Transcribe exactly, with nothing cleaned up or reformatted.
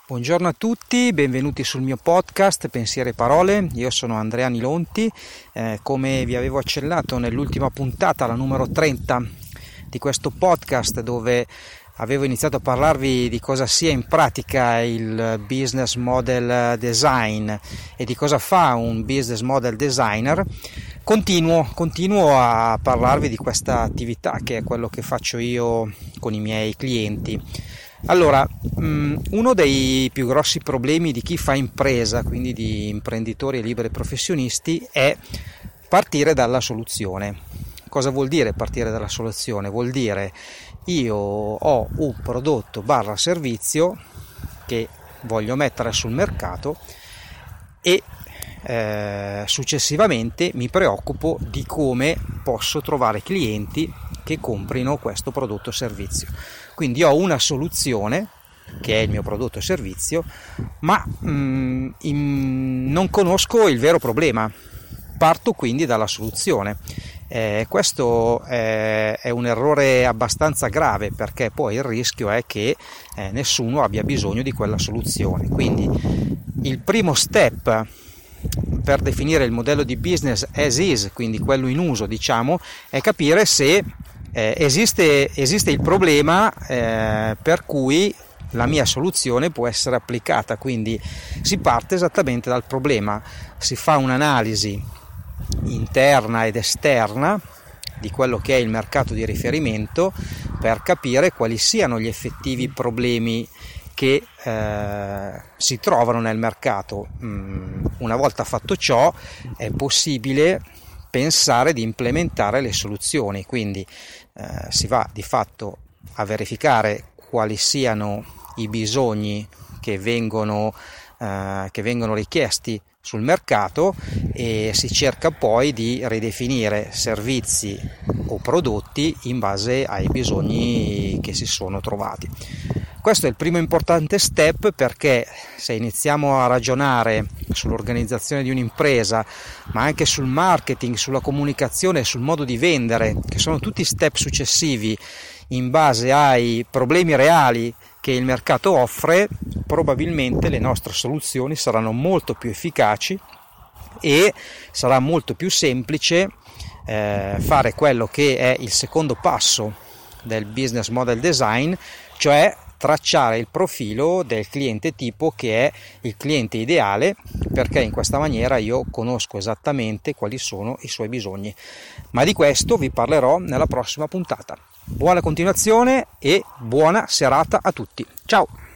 Buongiorno a tutti, benvenuti sul mio podcast Pensieri e Parole. Io sono Andrea Nilonti, eh, come vi avevo accennato nell'ultima puntata, la numero trenta di questo podcast, dove avevo iniziato a parlarvi di cosa sia in pratica il business model design e di cosa fa un business model designer. Continuo, continuo a parlarvi di questa attività, che è quello che faccio io con i miei clienti. Allora, uno dei più grossi problemi di chi fa impresa, quindi di imprenditori e liberi professionisti, è partire dalla soluzione. Cosa vuol dire partire dalla soluzione? Vuol dire io ho un prodotto barra servizio che voglio mettere sul mercato e eh, successivamente mi preoccupo di come posso trovare clienti che comprino questo prodotto o servizio. Quindi ho una soluzione, che è il mio prodotto o servizio, ma mh, in, non conosco il vero problema. Parto quindi dalla soluzione. Eh, questo è, è un errore abbastanza grave, perché poi il rischio è che eh, nessuno abbia bisogno di quella soluzione. Quindi il primo step per definire il modello di business as is, quindi quello in uso, diciamo, è capire se eh, esiste, esiste il problema eh, per cui la mia soluzione può essere applicata. Quindi si parte esattamente dal problema, si fa un'analisi interna ed esterna di quello che è il mercato di riferimento per capire quali siano gli effettivi problemi che eh, si trovano nel mercato. Mm, una volta fatto ciò è possibile pensare di implementare le soluzioni, quindi eh, si va di fatto a verificare quali siano i bisogni che vengono, eh, che vengono richiesti sul mercato e si cerca poi di ridefinire servizi o prodotti in base ai bisogni che si sono trovati. Questo è il primo importante step, perché se iniziamo a ragionare sull'organizzazione di un'impresa, ma anche sul marketing, sulla comunicazione, sul modo di vendere, che sono tutti step successivi in base ai problemi reali che il mercato offre, probabilmente le nostre soluzioni saranno molto più efficaci e sarà molto più semplice eh, fare quello che è il secondo passo del business model design, cioè tracciare il profilo del cliente tipo, che è il cliente ideale, perché in questa maniera io conosco esattamente quali sono i suoi bisogni. Ma di questo vi parlerò nella prossima puntata. Buona continuazione e buona serata a tutti. Ciao!